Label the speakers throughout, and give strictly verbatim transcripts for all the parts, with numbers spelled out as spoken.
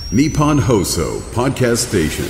Speaker 1: Nippon Hoso Podcast Station。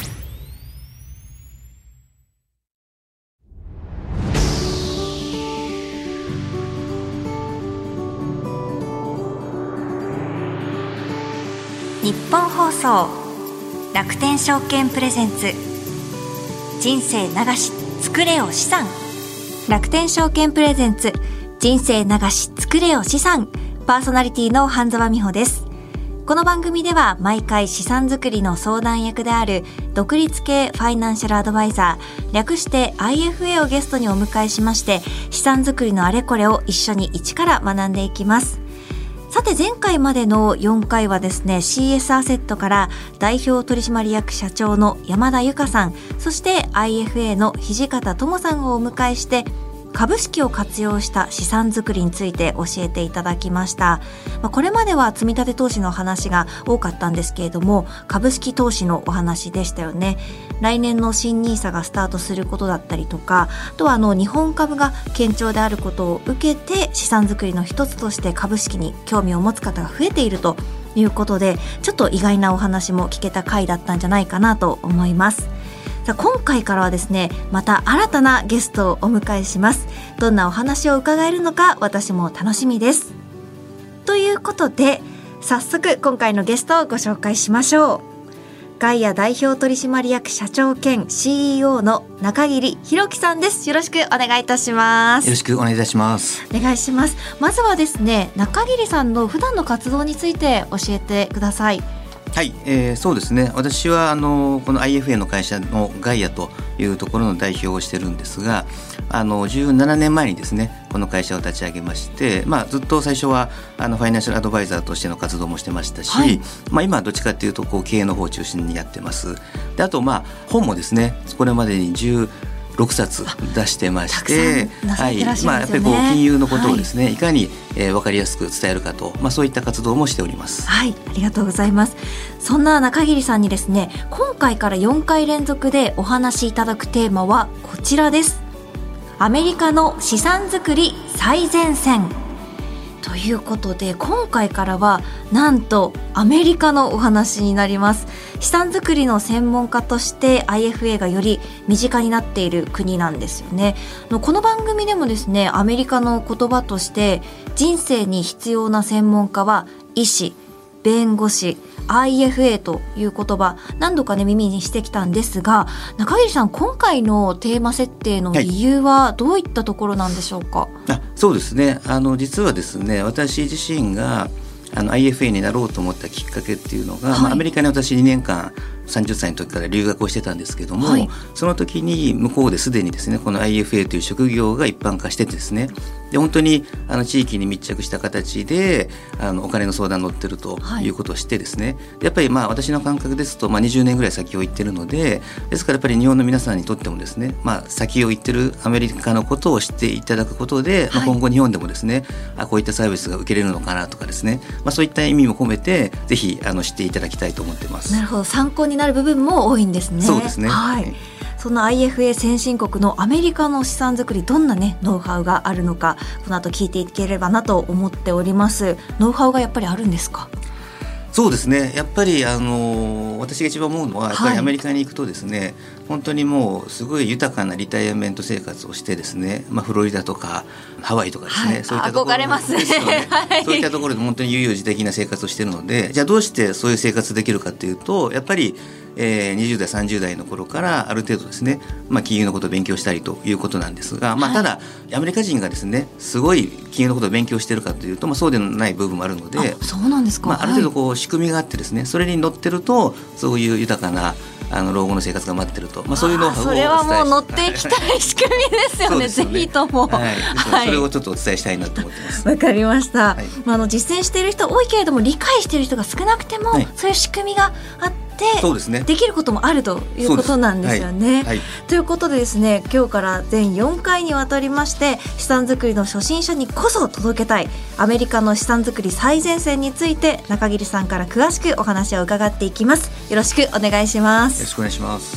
Speaker 2: 日本放送楽天証券プレゼンツ人生流し作れよ資産。楽天証券プレゼンツ人生流し作れよ資産。パーソナリティの半沢美穂です。この番組では毎回資産作りの相談役である独立系ファイナンシャルアドバイザー、略して アイエフエー をゲストにお迎えしまして、資産作りのあれこれを一緒に一から学んでいきます。さて前回までのよんかいはですね シーエス アセットから代表取締役社長の山田由香さん、そして アイエフエー の土方智さんをお迎えして株式を活用した資産作りについて教えていただきました。まあ、これまでは積み立て投資の話が多かったんですけれども、株式投資のお話でしたよね。来年の新ニーサがスタートすることだったりとか、あとはあの日本株が堅調であることを受けて資産作りの一つとして株式に興味を持つ方が増えているということで、ちょっと意外なお話も聞けた回だったんじゃないかなと思います。さあ今回からはですね、また新たなゲストをお迎えします。どんなお話を伺えるのか私も楽しみです。ということで早速今回のゲストをご紹介しましょう。ガイア代表取締役社長兼 シーイーオー の中桐弘樹さんです。よろしくお願いいたします。
Speaker 3: よろしくお願いいたします。
Speaker 2: お願いします。まずはですね、中桐さんの普段の活動について教えてください。
Speaker 3: はい、えー、そうですね。私はあのこの アイエフエー の会社のガイアというところの代表をしてるんですが、あのじゅうななねんまえにですねこの会社を立ち上げまして、まあ、ずっと最初はあのファイナンシャルアドバイザーとしての活動もしてましたし、はい、まあ、今はどっちかというとこう経営の方を中心にやってます。であとまあ本もですねこれまでにじゅうろくさつ出してまして、はい、まあやっぱりこう金融のことをですね、はい、いかに、えー、分かりやすく伝えるかと、まあ、そういった活動もしております。
Speaker 2: はい、ありがとうございます。そんな中桐さんにですね、今回からよんかい連続でお話しいただくテーマはこちらです。アメリカの資産作り最前線ということで、今回からはなんとアメリカのお話になります。資産作りの専門家として アイエフエー がより身近になっている国なんですよね。この番組でもですね、アメリカの言葉として人生に必要な専門家は医師、弁護士、アイエフエー という言葉何度かね耳にしてきたんですが、中桐さん今回のテーマ設定の理由はどういったところなんでしょうか。
Speaker 3: はい、あそうですね、あの実はですね私自身があの アイエフエー になろうと思ったきっかけっていうのが、はい、まあ、アメリカに私にねんかんさんじゅっさいの時から留学をしてたんですけども、はい、その時に向こうですでにですねこの アイエフエー という職業が一般化しててですね、で本当にあの地域に密着した形であのお金の相談に乗ってるということをしてですね、はい、やっぱりまあ私の感覚ですと、まあ、にじゅうねんぐらい先を行ってるので、ですからやっぱり日本の皆さんにとってもですね、まあ、先を行ってるアメリカのことを知っていただくことで、はい、まあ、今後日本でもですねあこういったサービスが受けれるのかなとかですね、まあ、そういった意味も込めてぜひあの知っていただきたいと思ってます。
Speaker 2: なるほど、参考になる部分も多いんですね。
Speaker 3: そうですね、
Speaker 2: はいはい、その アイエフエー 先進国のアメリカの資産作り、どんな、ね、ノウハウがあるのかこの後聞いていければなと思っております。ノウハウがやっぱりあるんですか。
Speaker 3: そうですね、やっぱりあの私が一番思うのはやっぱりアメリカに行くとですね、はい、本当にもうすごい豊かなリタイアメント生活をしてですね、まあ、フロリダとかハワイとかですね、はい、そういったところ
Speaker 2: 憧れますね、
Speaker 3: はい、そういったところで本当に悠々自適な生活をしているので、じゃあどうしてそういう生活できるかというと、やっぱりえー、にじゅうだいさんじゅうだいの頃からある程度ですね、まあ、金融のことを勉強したりということなんですが、まあ、ただ、はい、アメリカ人がですねすごい金融のことを勉強しているかというと、まあ、そうでない部分もあるので、
Speaker 2: あ、そうなんですか、
Speaker 3: まあ、ある程度こう仕組みがあってですね、それに乗ってるとそういう豊かなあの老後の生活が待ってると、まあ、そういうノウハウをお伝えして、それはもう乗っていきたい仕組みですよね。ね、ぜひとも、はいはい、それをちょっとお伝えしたいなと思ってます。
Speaker 2: わかりました、はい、まあ、あの実践している人多いけれども理解している人が少なくても、はい、そういう仕組みがあってそうですね、できることもあるということなんですよね。はいはい、ということでですね、今日から全よんかいにわたりまして資産作りの初心者にこそ届けたいアメリカの資産作り最前線について中桐さんから詳しくお話を伺っていきます。よろしくお願いします。
Speaker 3: よろしくお願いします。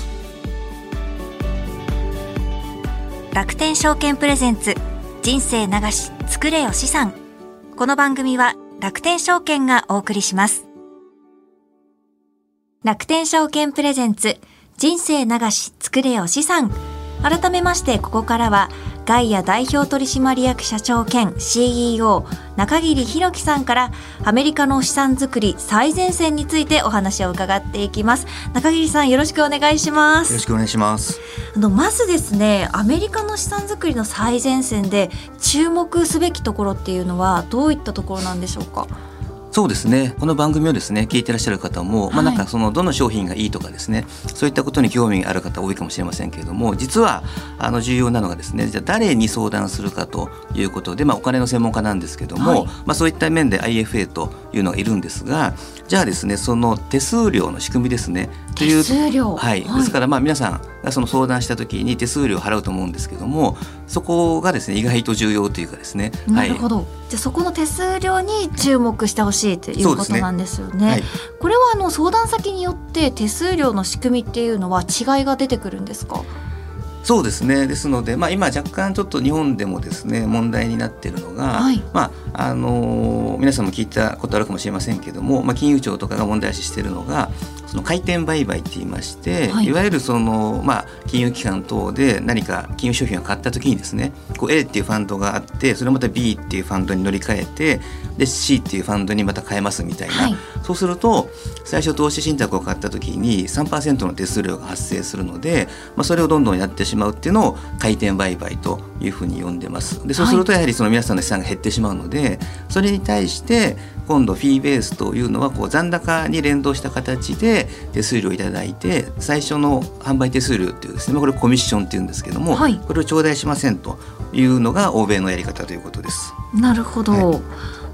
Speaker 2: 楽天証券プレゼンツ人生流し作れよ資産。この番組は楽天証券がお送りします。 楽天証券プレゼンツ人生流し作れよ資産。改めましてここからはガイア代表取締役社長兼 シーイーオー 中桐弘樹さんからアメリカの資産作り最前線についてお話を伺っていきます。中桐さん、よろしくお願いします。
Speaker 3: よろしくお願いします。
Speaker 2: あのまずですね、アメリカの資産作りの最前線で注目すべきところっていうのはどういったところなんでしょうか。
Speaker 3: そうですね、この番組をですね聞いてらっしゃる方も、はい、まあ、なんかそのどの商品がいいとかですね、そういったことに興味がある方多いかもしれませんけれども、実はあの重要なのがですね、じゃあ誰に相談するかということで、まあ、お金の専門家なんですけども、はい、まあ、そういった面で アイエフエー というのがいるんですが、じゃあですね、その手数料の仕組みですねという、
Speaker 2: 手数料、
Speaker 3: はい、ですからまあ皆さんがその相談した時に手数料を払うと思うんですけども、そこがですね意外と重要というかですね。
Speaker 2: なるほど、はい、じゃあそこの手数料に注目してほしいということなんですよね。はい、これはあの相談先によって手数料の仕組みっていうのは違いが出てくるんですか。
Speaker 3: そうですね、ですので、まあ、今若干ちょっと日本でもですね問題になっているのが、はい、まああのー、皆さんも聞いたことあるかもしれませんけども、まあ、金融庁とかが問題視しているのがその回転売買って言いまして、はい、いわゆるその、まあ、金融機関等で何か金融商品を買った時にですね、こう A っていうファンドがあって、それをまた B っていうファンドに乗り換えて、で C っていうファンドにまた変えますみたいな、はい、そうすると最初投資信託を買った時に さんパーセント の手数料が発生するので、まあ、それをどんどんやってしまうっていうのを回転売買というふうに呼んでます。でそうするとやはりその皆さんの資産が減ってしまうので、それに対して今度フィーベースというのはこう残高に連動した形で手数料をいただいて、最初の販売手数料っていうですね、これコミッションっていうんですけども、はい、これを頂戴しませんというのが欧米のやり方ということです。
Speaker 2: なるほど、はい、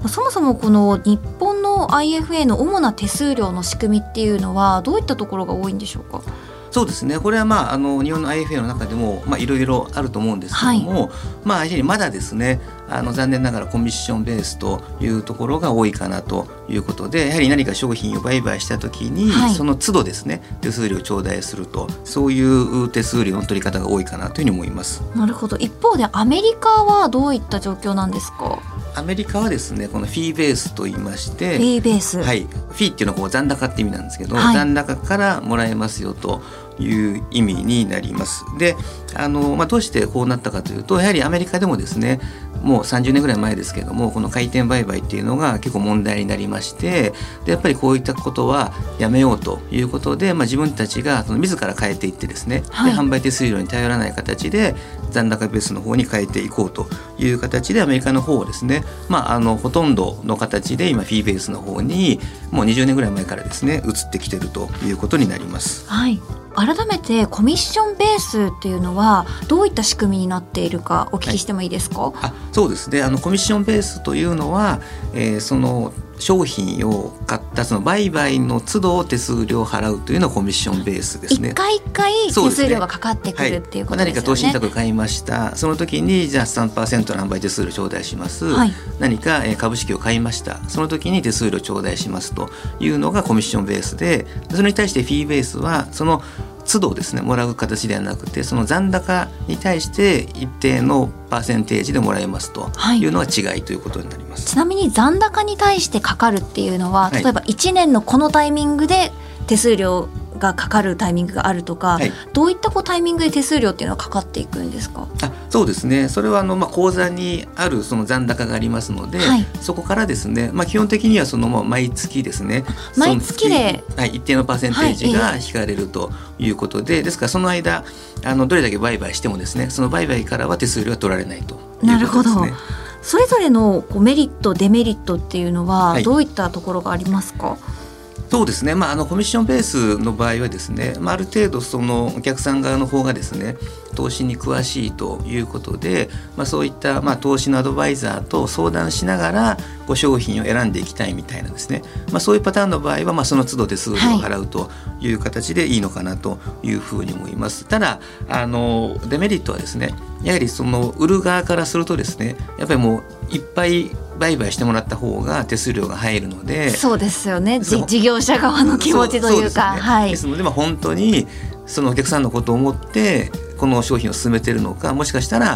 Speaker 2: そもそもこの日本の アイエフエー の主な手数料の仕組みっていうのはどういったところが多いんでしょうか。
Speaker 3: そうですね、これは、まあ、あの日本の アイエフエー の中でもいろいろあると思うんですけども、はい、まあ、やはりまだですね、あの残念ながらコミッションベースというところが多いかなということで、やはり何か商品を売買したときに、はい、その都度ですね手数料を頂戴すると、そういう手数料の取り方が多いかなというふうに思います。
Speaker 2: なるほど。一方でアメリカはどういった状況なんですか。
Speaker 3: アメリカはですね、このフィーベースと言いまして、
Speaker 2: フィーベース、
Speaker 3: はい、フィーっていうのはこう残高って意味なんですけど、はい、残高からもらえますよという意味になります。で、あの、まあ、どうしてこうなったかというと、やはりアメリカでもですね、もうさんじゅうねんぐらい前ですけども、この回転売買っていうのが結構問題になりまして、でやっぱりこういったことはやめようということで、まあ、自分たちがその自ら変えていってですね、はい、で販売手数料に頼らない形で残高ベースの方に変えていこうという形で、アメリカの方をですね、まあ、あのほとんどの形で今フィーベースの方にもうにじゅうねんぐらい前からですね移ってきているということになります。
Speaker 2: はい、改めてコミッションベースっていうのはどういった仕組みになっているかお聞きしてもいいですか。はい、
Speaker 3: あ、そうですね、あのコミッションベースというのは、えー、その商品を買ったその売買の都度手数料を払うというのがコミッションベースですね。
Speaker 2: 一回一回手数料がかかってくるっていうことですよね。はい、何か
Speaker 3: 投資信託を買いました、その時にじゃあ さんパーセント の販売手数料頂戴します、はい、何か株式を買いました、その時に手数料頂戴しますというのがコミッションベースで、それに対してフィーベースはその都度ですねもらう形ではなくて、その残高に対して一定のパーセンテージでもらえますというのが違いということになります。
Speaker 2: はい、ちなみに残高に対してかかるっていうのは、例えばいちねんのこのタイミングで手数料がかかるタイミングがあるとか、はい、どういったこうタイミングで手数料っていうのはかかっていくんですか。
Speaker 3: あ、そうですね、それはあの、まあ、口座にあるその残高がありますので、はい、そこからですね、まあ、基本的にはそのもう毎月ですね、
Speaker 2: 毎月で、
Speaker 3: はい、一定のパーセンテージが引かれるということで、はい、ですからその間あのどれだけ売買してもですね、その売買からは手数料が取られないということですね。
Speaker 2: なるほど。それぞれのこうメリットデメリットっていうのはどういったところがありますか。はい、
Speaker 3: そうですね、まあ、あのコミッションベースの場合はですね、まあ、ある程度そのお客さん側の方がですね投資に詳しいということで、まあ、そういった、まあ、投資のアドバイザーと相談しながらご商品を選んでいきたいみたいなですね、まあ、そういうパターンの場合は、まあ、その都度手数料を払うという形でいいのかなというふうに思います。ただあのデメリットはですね、やはりその売る側からするとですね、やっぱりもういっぱい売買してもらった方が手数料が入るので、
Speaker 2: そうですよね、事業者側の気持ちというか、
Speaker 3: そうですね、はい、ですので、まあ、本当にそのお客さんのことを思ってこの商品を進めているのか、もしかしたら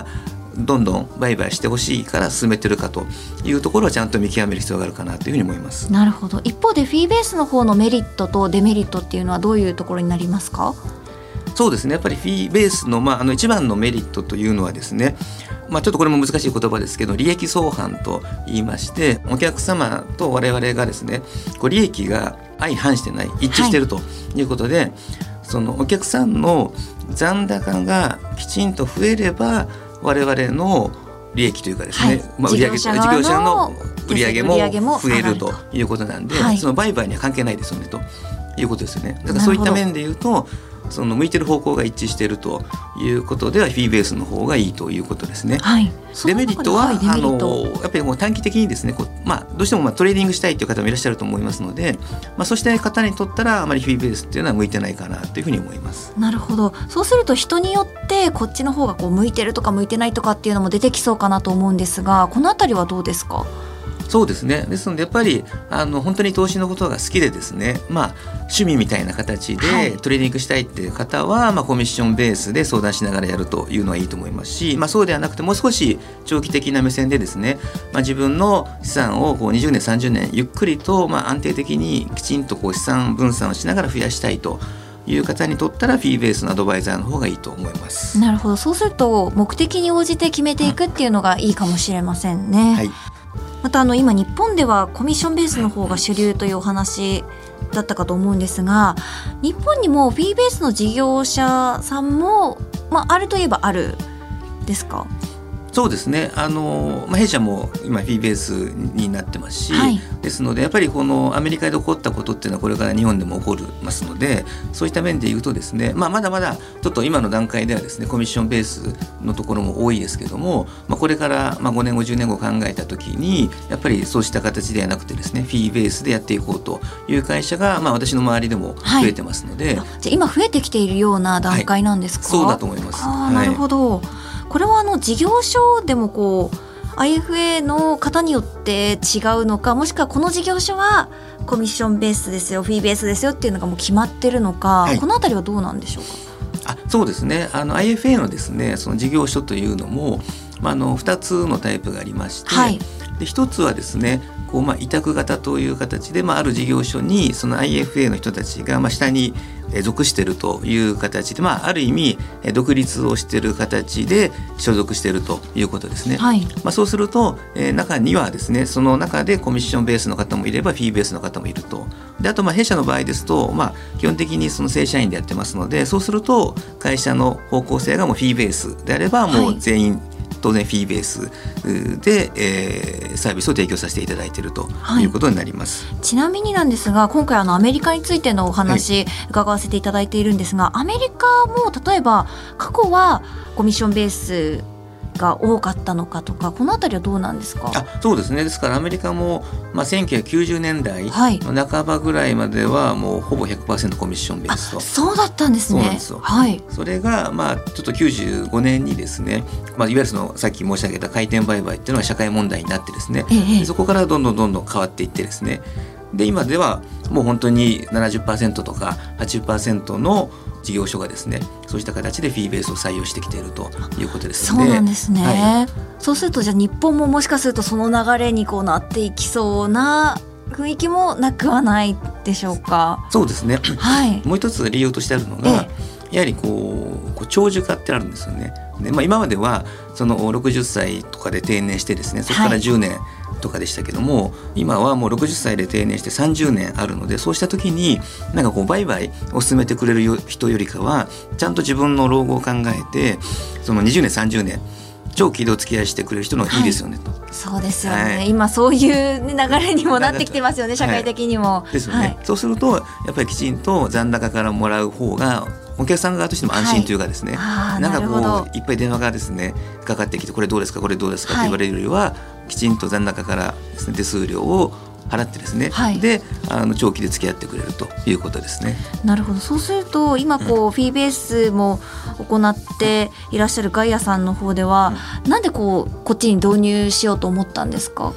Speaker 3: どんどん売買してほしいから進めてるかというところはちゃんと見極める必要があるかなというふうに思います。
Speaker 2: なるほど。一方でフィーベースの方のメリットとデメリットっていうのはどういうところになりますか？
Speaker 3: そうですね、やっぱりフィーベースの、まあ、あの一番のメリットというのはですね、まあ、ちょっとこれも難しい言葉ですけど利益相反と言いまして、お客様と我々がですねこう利益が相反してない、一致しているということで、はい、そのお客さんの残高がきちんと増えれば我々の利益というかですね、はい、まあ、売上事業者の売上も増えるということなんで、はい、その売買には関係ないですよねということですよね。だからそういった面で言うとその向いてる方向が一致しているということではフィーベースの方がいいということですね。はい、デメリットは、はい、あのやっぱりもう短期的にですねこう、まあ、どうしてもまあトレーディングしたいという方もいらっしゃると思いますので、まあ、そうした方にとったらあまりフィーベースっていうのは向いてないかなというふうに思います。
Speaker 2: なるほど。そうすると人によってこっちの方がこう向いてるとか向いてないとかっていうのも出てきそうかなと思うんですが、このあたりはどうですか？
Speaker 3: そうですね。ですのでやっぱりあの本当に投資のことが好きでですね、まあ、趣味みたいな形でトレーディングしたいっていう方は、はい、まあ、コミッションベースで相談しながらやるというのはいいと思いますし、まあ、そうではなくてもう少し長期的な目線でですね、まあ、自分の資産をこうにじゅうねんさんじゅうねんゆっくりと、まあ、安定的にきちんとこう資産分散をしながら増やしたいという方にとったらフィーベースのアドバイザーの方がいいと思います。
Speaker 2: なるほど。そうすると目的に応じて決めていくっていうのがいいかもしれませんね。はい。またあの今日本ではコミッションベースの方が主流というお話だったかと思うんですが、日本にもフィーベースの事業者さんも、まあ、あるといえばあるですか？
Speaker 3: そうですね、あの、まあ、弊社も今フィーベースになってますし、はい、ですのでやっぱりこのアメリカで起こったことっていうのはこれから日本でも起こりますので、そういった面で言うとですね、まあ、まだまだちょっと今の段階ではですねコミッションベースのところも多いですけども、まあ、これからまあごねんごじゅうねんご考えた時にやっぱりそうした形ではなくてですねフィーベースでやっていこうという会社が、まあ、私の周りでも増えてますので、
Speaker 2: はい、じゃあ今増えてきているような段階なんですか？
Speaker 3: はい、そうだと思います。
Speaker 2: あ、なるほど。はい、これはあの事業所でもこう アイエフエー の方によって違うのか、もしくはこの事業所はコミッションベースですよフィーベースですよっていうのがもう決まってるのか、はい、このあたりはどうなんでしょうか？
Speaker 3: あ、そうですね、あの アイエフエー のですねその事業所というのも、まあ、あのふたつのタイプがありまして、はい、でひとつはですねこう、まあ、委託型という形で、まあ、ある事業所にその アイエフエー の人たちが、まあ、下に属しているという形で、まあ、ある意味独立をしている形で所属しているということですね。はい、まあ、そうすると、えー、中にはですねその中でコミッションベースの方もいればフィーベースの方もいると。であとまあ弊社の場合ですと、まあ、基本的にその正社員でやってますので、そうすると会社の方向性がもうフィーベースであればもう全員、はい、当然フィーベースで、えー、サービスを提供させていただいているということになります。
Speaker 2: はい、ちなみになんですが今回あのアメリカについてのお話伺わせていただいているんですが、はい、アメリカも例えば過去はコミッションベースが多かったのかとか、このあたりはどうなんですか？
Speaker 3: あ、そうですね。ですからアメリカも、まあ、せんきゅうひゃくきゅうじゅうねんだいの半ばぐらいまではもうほぼ ひゃくパーセント コミッションベースと。
Speaker 2: あ、そうだったんですね。
Speaker 3: そうなんですよ。はい、それが、まあ、ちょっときゅうじゅうごねんにですね、まあ、いわゆるそのさっき申し上げた回転売買っていうのが社会問題になってですね、ええ、そこからどんどんどんどん変わっていってですね、で今ではもう本当に ななじゅっパーセント とか はちじゅっパーセント の事業所がですねそうした形でフィーベースを採用してきているということですので。
Speaker 2: そうなんですね。はい、そうするとじゃあ日本ももしかするとその流れにこうなっていきそうな雰囲気もなくはないでしょうか？
Speaker 3: そうですね。はい、もう一つ理由としてあるのが、ええ、やはりこう、こう長寿化ってあるんですよね。で、まあ、今まではそのろくじゅっさいとかで定年してですねそこからじゅうねんとかでしたけども、はい、今はもうろくじゅっさいで定年してさんじゅうねんあるので、そうした時になんかこう売買を進めてくれる人よりかはちゃんと自分の老後を考えてそのにじゅうねんさんじゅうねん長期でお付き合いしてくれる人の方がいいですよね、はい、と。
Speaker 2: そうですよね、はい、今そういう、ね、流れにもなってきてますよね、社会的にも。
Speaker 3: はい、ですよね。はい、そうするとやっぱりきちんと残高からもらう方がお客さん側としても安心というかですね、はい、なんかこういっぱい電話がですねかかってきてこれどうですかこれどうですかって言われるよりは、はい、きちんと残高からですね手数料を払ってですね、はい、であの長期で付き合ってくれるということですね。
Speaker 2: なるほど。そうすると今こう、うん、フィーベースも行っていらっしゃるガイアさんの方では、うん、なんでこうこっちに導入しようと思ったんですか？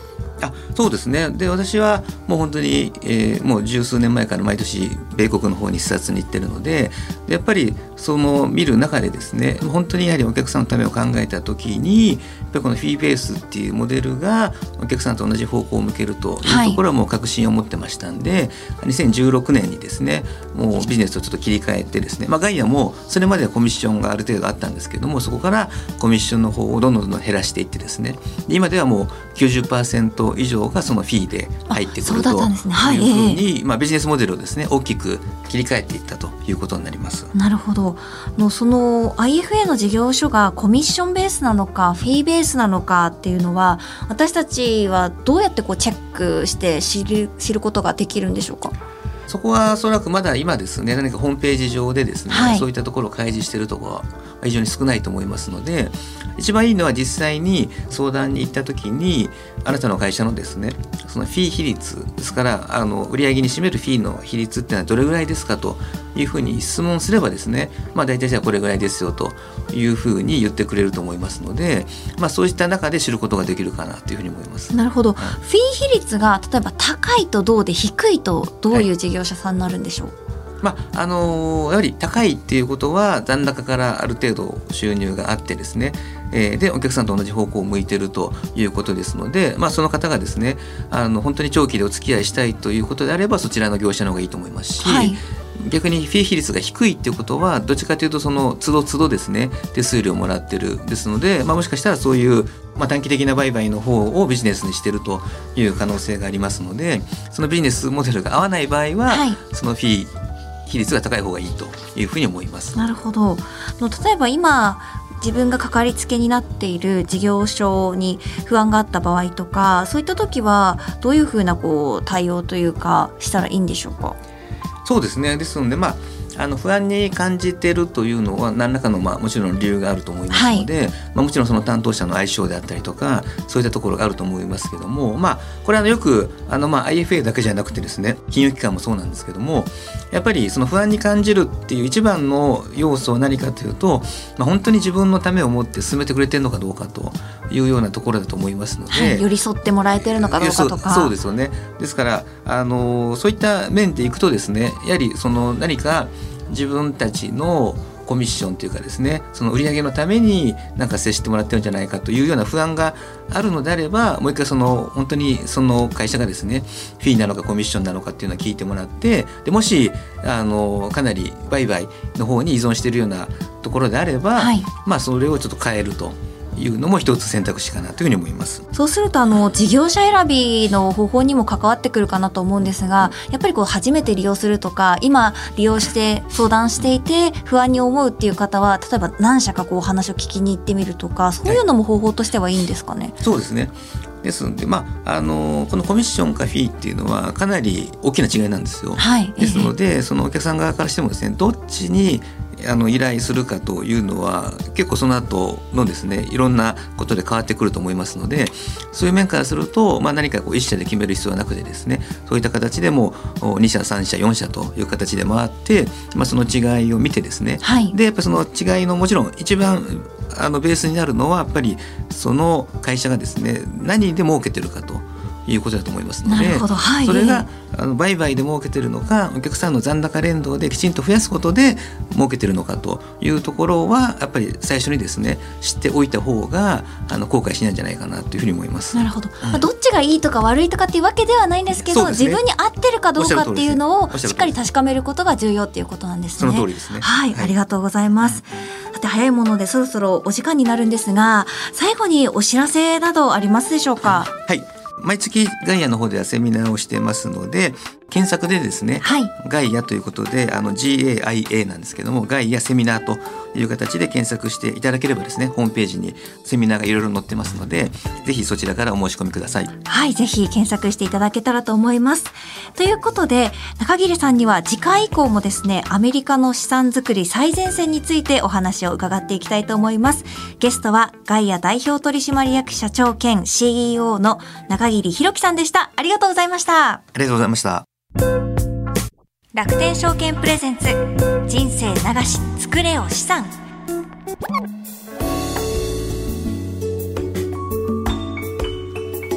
Speaker 3: あ、そうですね。で、私はもう本当に、えー、もう十数年前から毎年米国の方に視察に行ってるので、でやっぱりその見る中でですね、本当にやはりお客さんのためを考えた時に、やっぱりこのフィーベースっていうモデルがお客さんと同じ方向を向けるというところはもう確信を持ってましたんで、はい、にせんじゅうろくねんにですね、もうビジネスをちょっと切り替えてですね、まあ、ガイアもそれまではコミッションがある程度あったんですけども、そこからコミッションの方をどんどんどんどん減らしていってですね、今ではもう きゅうじゅっパーセント 以上がそのフィーで入ってくるというふうに、まあ、ビジネスモデルをですね大きく切り替えていったということになります。
Speaker 2: なるほど。のその アイエフエー の事業所がコミッションベースなのかフィーベースなのかっていうのは、私たちはどうやってこうチェックして知る、知ることができるんでしょうか。
Speaker 3: そこはおそらくまだ今ですね、何かホームページ上でですね、はい、そういったところを開示しているところは非常に少ないと思いますので、一番いいのは実際に相談に行った時にあなたの会社のですね、そのフィー比率ですから、あの売上に占めるフィーの比率っていうのはどれぐらいですかというふうに質問すればですね、まあ、大体じゃあこれぐらいですよというふうに言ってくれると思いますので、まあ、そういった中で知ることができるかなというふうに思います。
Speaker 2: なるほど、はい、フィー比率が例えば高いとどうで低いとどういう事業者さんになるんでしょう。はい、
Speaker 3: まああのー、やはり高いっていうことは残高からある程度収入があってですね、えー、でお客さんと同じ方向を向いているということですので、まあ、その方がですね、あの本当に長期でお付き合いしたいということであればそちらの業者の方がいいと思いますし、はい、逆にフィー比率が低いっていうことはどっちかというとその都度都度ですね手数料をもらってるですので、まあ、もしかしたらそういう、まあ、短期的な売買の方をビジネスにしているという可能性がありますので、そのビジネスモデルが合わない場合は、はい、そのフィー比率が高い方がいいというふうに思います。
Speaker 2: なるほど。例えば今自分がかかりつけになっている事業所に不安があった場合とか、そういった時はどういうふうなこう対応というかしたらいいんでしょうか。
Speaker 3: そうですね。ですので、まああの不安に感じているというのは何らかの、まあ、もちろん理由があると思いますので、はい、まあ、もちろんその担当者の相性であったりとかそういったところがあると思いますけども、まあ、これはあのよくあの、まあ、アイエフエー だけじゃなくてですね、金融機関もそうなんですけども、やっぱりその不安に感じるっていう一番の要素は何かというと、まあ、本当に自分のためを思って進めてくれてるのかどうかというようなところだと思いますので、はい、
Speaker 2: 寄り添ってもらえてるのかどうかとか。
Speaker 3: そう、そうですよね。ですからあのそういった面でいくとですね、やはりその何か自分たちのコミッションというかですね、その売上のために何か接してもらってるんじゃないかというような不安があるのであれば、もう一回その本当にその会社がですねフィーなのかコミッションなのかっていうのを聞いてもらって、でもしあのかなり売買の方に依存しているようなところであれば、はい、まあそれをちょっと変えるというのも一つ選択肢かなというふうに思います。
Speaker 2: そうするとあの事業者選びの方法にも関わってくるかなと思うんですが、やっぱりこう初めて利用するとか今利用して相談していて不安に思うっていう方は、例えば何社かこうお話を聞きに行ってみるとか、そういうのも方法としてはいいんですかね。
Speaker 3: はい、そうですね。ですので、まあ、あのこのコミッションかフィーっていうのはかなり大きな違いなんですよ。はい、ですので、えー、そのお客さん側からしてもですね、どっちにあの依頼するかというのは結構その後のですねいろんなことで変わってくると思いますので、そういう面からすると、まあ、何かこう一社で決める必要はなくてですね、そういった形でもに社さん社よん社という形で回って、まあ、その違いを見てですね、はい、でやっぱりその違いのもちろん一番あのベースになるのはやっぱりその会社がですね何で儲けてるかということだと思いますので、はい、それがあの売買で儲けてるのか、お客さんの残高連動できちんと増やすことで儲けてるのかというところはやっぱり最初にですね知っておいた方があの後悔しないんじゃないかなというふうに思います。
Speaker 2: なるほど、うん、まあ、どっちがいいとか悪いとかっていうわけではないんですけど、ね、自分に合ってるかどうかっていうのをしっかり確かめることが重要っていうことなんですね。
Speaker 3: その通りですね。
Speaker 2: はい、はい、ありがとうございます。さて早いものでそろそろお時間になるんですが、最後にお知らせなどありますでしょうか。
Speaker 3: はい、毎月ガイアの方ではセミナーをしてますので、検索でですね、はい、ガイアということであの ジーエーアイエー なんですけども、ガイアセミナーという形で検索していただければですね、ホームページにセミナーがいろいろ載ってますので、ぜひそちらからお申し込みください。
Speaker 2: はい、ぜひ検索していただけたらと思います。ということで中桐さんには次回以降もですね、アメリカの資産作り最前線についてお話を伺っていきたいと思います。ゲストはガイア代表取締役社長兼 シーイーオー の中桐弘樹さんでした。ありがとうございました。
Speaker 3: ありがとうございました。
Speaker 2: 楽天証券プレゼンツ人生流し作れよ資産。さ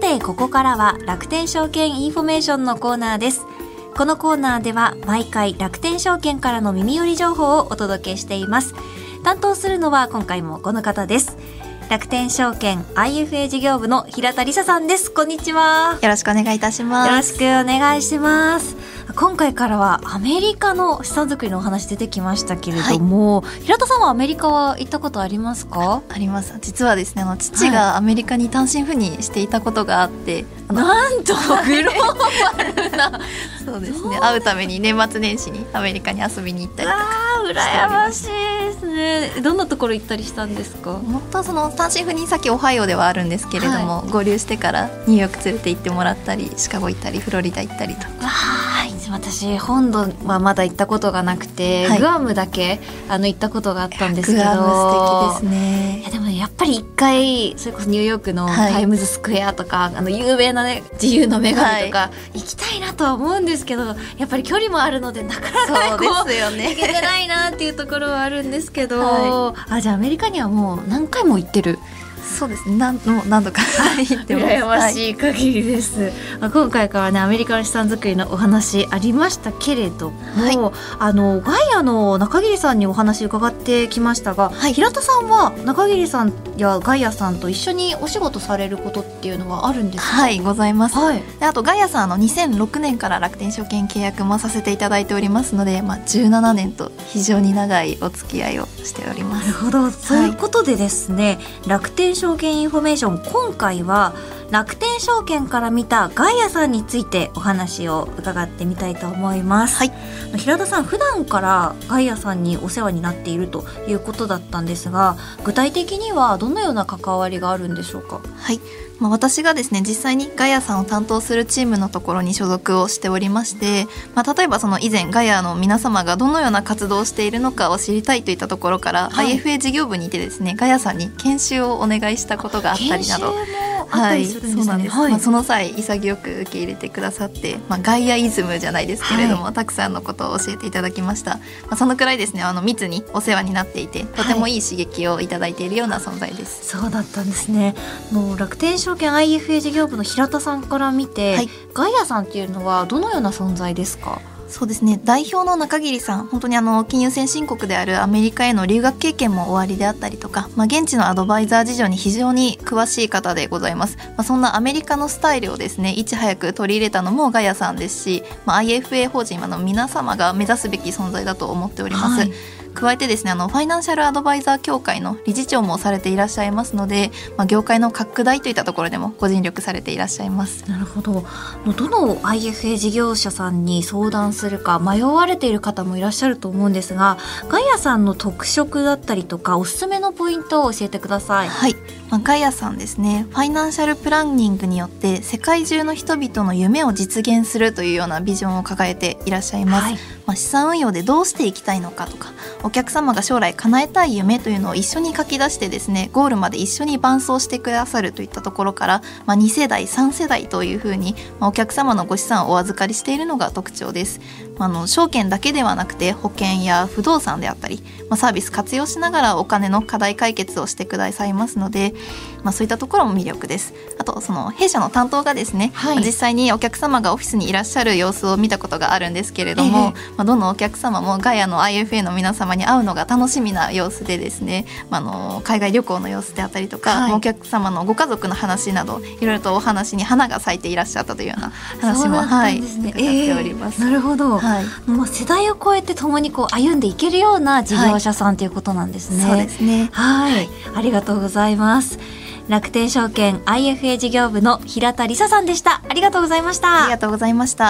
Speaker 2: てここからは楽天証券インフォメーションのコーナーです。このコーナーでは毎回楽天証券からの耳寄り情報をお届けしています。担当するのは今回もこの方です。楽天証券 アイエフエー 事業部の平田理沙さんです。こんにちは。
Speaker 4: よろしくお願いいたします。
Speaker 2: よろしくお願いします。今回からはアメリカの資産作りのお話出てきましたけれども、はい、平田さんはアメリカは行ったことありますか？
Speaker 4: あります。実はですね、あの父がアメリカに単身赴任していたことがあって、
Speaker 2: はい、なんとグローバルな
Speaker 4: そうですね、会うために年末年始にアメリカに遊びに行ったりとかしております。
Speaker 2: 羨ましいですね。どんなところ行ったりしたんですか？
Speaker 4: 本当はその単身赴任先オハイオではあるんですけれども、はい、合流してからニューヨーク連れて行ってもらったり、シカゴ行ったり、フロリダ行ったりとか。
Speaker 2: はい、私本土はまだ行ったことがなくて、はい、グアムだけあの行ったことがあったんですけど、
Speaker 4: グアム素敵ですね。
Speaker 2: いやでもやっぱり一回それこそニューヨークのタイムズスクエアとか、はい、あの有名なね自由の女神とか、はい、行きたいなとは思うんですけど、やっぱり距離もあるのでなかなかこう
Speaker 4: そうですよね、
Speaker 2: 行けてないなっていうところはあるんですけど、はい、あじゃあアメリカにはもう何回も行ってる。
Speaker 4: そうですね、何度何度か言ってます。
Speaker 2: 羨ましい限りです、はい、今回からねアメリカの資産作りのお話ありましたけれども、はい、あのガイアの中桐さんにお話伺ってきましたが、はい、平田さんは中桐さんやガイアさんと一緒にお仕事されることっていうのはあるんですか？
Speaker 4: はいございます、はい、であとガイアさんのにせんろくねんから楽天証券契約もさせていただいておりますので、まあ、じゅうななねんと非常に長いお付き合いをしております。
Speaker 2: なるほど、そういうことでですね、はい、楽天証券インフォメーション、今回は楽天証券から見たガイアさんについてお話を伺ってみたいと思います、はい、平田さん普段からガイアさんにお世話になっているということだったんですが、具体的にはどのような関わりがあるんでしょうか？
Speaker 4: はい、まあ、私がですね実際にガイアさんを担当するチームのところに所属をしておりまして、まあ、例えばその以前ガイアの皆様がどのような活動をしているのかを知りたいといったところから、はい、アイエフエー 事業部にいてですねガイアさんに研修をお願いしたことがあったりなど、はい、そうなんです、はい、まあ、その際潔く受け入れてくださって、まあ、ガイアイズムじゃないですけれども、はい、たくさんのことを教えていただきました、まあ、そのくらいですねあの密にお世話になっていて、とてもいい刺激をいただいているような存在です、
Speaker 2: はい、そうだったんですね。もう楽天証券 アイエフエー 事業部の平田さんから見て、はい、ガイアさんっていうのはどのような存在ですか？
Speaker 4: そうですね、代表の中桐さん、本当にあの金融先進国であるアメリカへの留学経験もおありであったりとか、まあ、現地のアドバイザー事情に非常に詳しい方でございます、まあ、そんなアメリカのスタイルをですねいち早く取り入れたのもガイアさんですし、まあ、アイエフエー 法人の皆様が目指すべき存在だと思っております、はい、加えてですねあのファイナンシャルアドバイザー協会の理事長もされていらっしゃいますので、まあ、業界の拡大といったところでもご尽力されていらっしゃいます。
Speaker 2: なるほど。どの アイエフエー 事業者さんに相談するか迷われている方もいらっしゃると思うんですが、ガイアさんの特色だったりとかおすすめのポイントを教えてください。
Speaker 4: はい、まあ、ガイアさんですねファイナンシャルプランニングによって世界中の人々の夢を実現するというようなビジョンを掲げていらっしゃいます、はい、まあ、資産運用でどうしていきたいのかとか、お客様が将来叶えたい夢というのを一緒に書き出してですねゴールまで一緒に伴走してくださるといったところから、まあ、に世代さん世代というふうに、まあ、お客様のご資産をお預かりしているのが特徴です。あの証券だけではなくて保険や不動産であったり、まあ、サービス活用しながらお金の課題解決をしてくださいますので、まあ、そういったところも魅力です。あとその弊社の担当がですね、はい、実際にお客様がオフィスにいらっしゃる様子を見たことがあるんですけれども、ええ、まあ、どのお客様もガイアの アイエフエー の皆様に会うのが楽しみな様子でですね、まあ、あの海外旅行の様子であったりとか、はい、お客様のご家族の話などいろいろとお話に花が咲いていらっしゃったというような話も、はい、伺っております、
Speaker 2: えー、なるほど、はい、もう世代を超えて共にこう歩んでいけるような事業者さんということなんですね、
Speaker 4: はい、そうですね、
Speaker 2: はい、ありがとうございます。楽天証券 アイエフエー 事業部の平田理沙さんでした。ありがとうございました。
Speaker 4: ありがとうございました。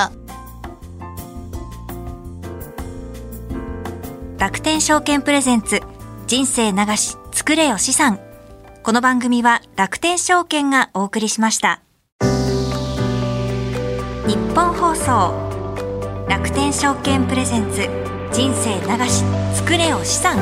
Speaker 2: 楽天証券プレゼンツ人生流し作れよ資産。この番組は楽天証券がお送りしました。日本放送楽天証券プレゼンツ人生流し作れよ資産。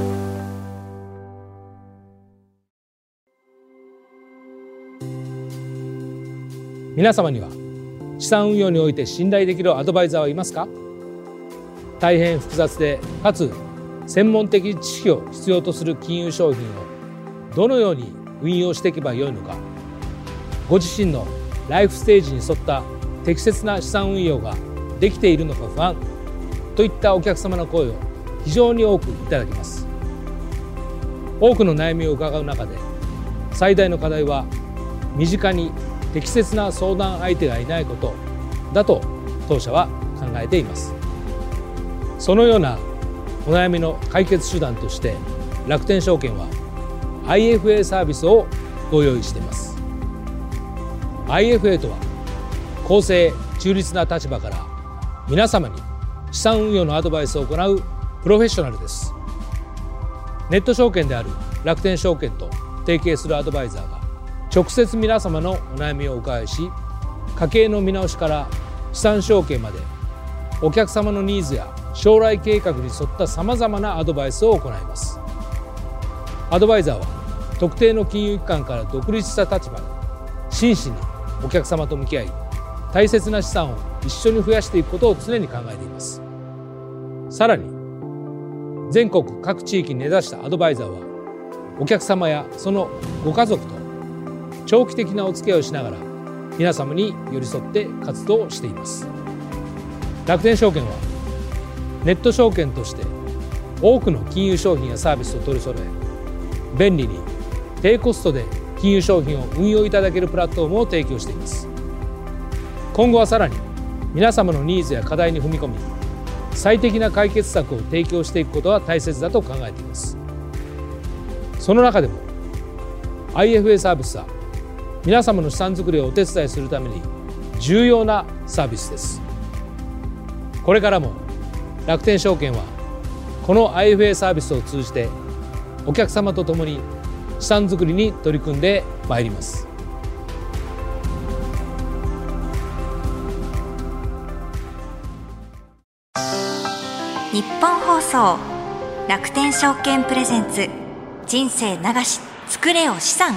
Speaker 5: 皆様には資産運用において信頼できるアドバイザーはいますか？大変複雑でかつ専門的知識を必要とする金融商品をどのように運用していけばよいのか、ご自身のライフステージに沿った適切な資産運用ができているのか不安といったお客様の声を非常に多くいただきます。多くの悩みを伺う中で最大の課題は身近に適切な相談相手がいないことだと当社は考えています。そのようなお悩みの解決手段として楽天証券は アイエフエー サービスをご用意しています。 アイエフエー とは公正中立な立場から皆様に資産運用のアドバイスを行うプロフェッショナルです。ネット証券である楽天証券と提携するアドバイザーが直接皆様のお悩みをお伺いし、家計の見直しから資産承継までお客様のニーズや将来計画に沿ったさまざまなアドバイスを行います。アドバイザーは特定の金融機関から独立した立場に真摯にお客様と向き合い、大切な資産を一緒に増やしていくことを常に考えています。さらに全国各地域に根ざしたアドバイザーはお客様やそのご家族と長期的なお付き合いをしながら皆様に寄り添って活動しています。楽天証券はネット証券として多くの金融商品やサービスを取り揃え、便利に低コストで金融商品を運用いただけるプラットフォームを提供しています。今後はさらに皆様のニーズや課題に踏み込み、最適な解決策を提供していくことは大切だと考えています。その中でも アイエフエー サービスは皆様の資産作りをお手伝いするために重要なサービスです。これからも楽天証券はこの アイエフエー サービスを通じてお客様と共に資産作りに取り組んでまいります。
Speaker 2: 日本放送楽天証券プレゼンツ人生流し作れよ資産。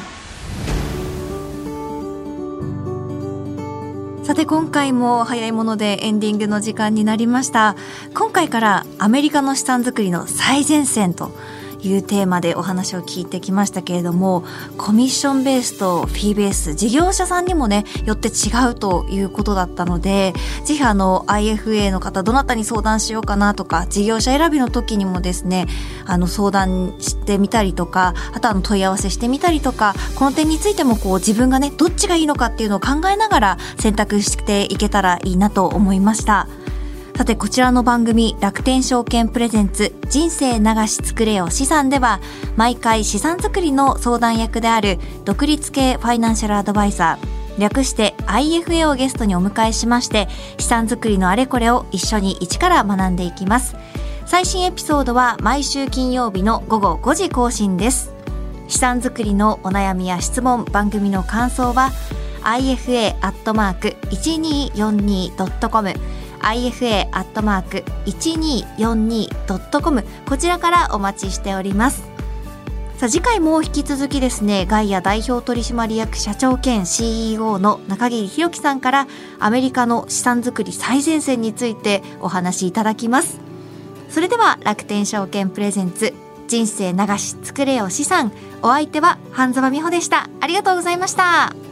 Speaker 2: さて今回も早いものでエンディングの時間になりました。今回からアメリカの資産作りの最前線というテーマでお話を聞いてきましたけれども、コミッションベースとフィーベース、事業者さんにもねよって違うということだったので、ぜひあの アイエフエー の方どなたに相談しようかなとか、事業者選びの時にもですねあの相談してみたりとか、あとあの問い合わせしてみたりとか、この点についてもこう自分がねどっちがいいのかっていうのを考えながら選択していけたらいいなと思いました。さてこちらの番組楽天証券プレゼンツ人生流し作れよ資産では、毎回資産作りの相談役である独立系ファイナンシャルアドバイザー、略して アイエフエー をゲストにお迎えしまして、資産作りのあれこれを一緒に一から学んでいきます。最新エピソードは毎週金曜日の午後ごじ更新です。資産作りのお悩みや質問、番組の感想は アイエフエー アットマーク いちにーよんにー ドットコムアイエフエー アットマーク いちにーよんにー ドットコム こちらからお待ちしております。さあ次回も引き続きですね、ガイア代表取締役社長兼 シーイーオー の中桐弘樹さんからアメリカの資産作り最前線についてお話しいただきます。それでは楽天証券プレゼンツ人生流し作れよ資産、お相手は半沢美穂でした。ありがとうございました。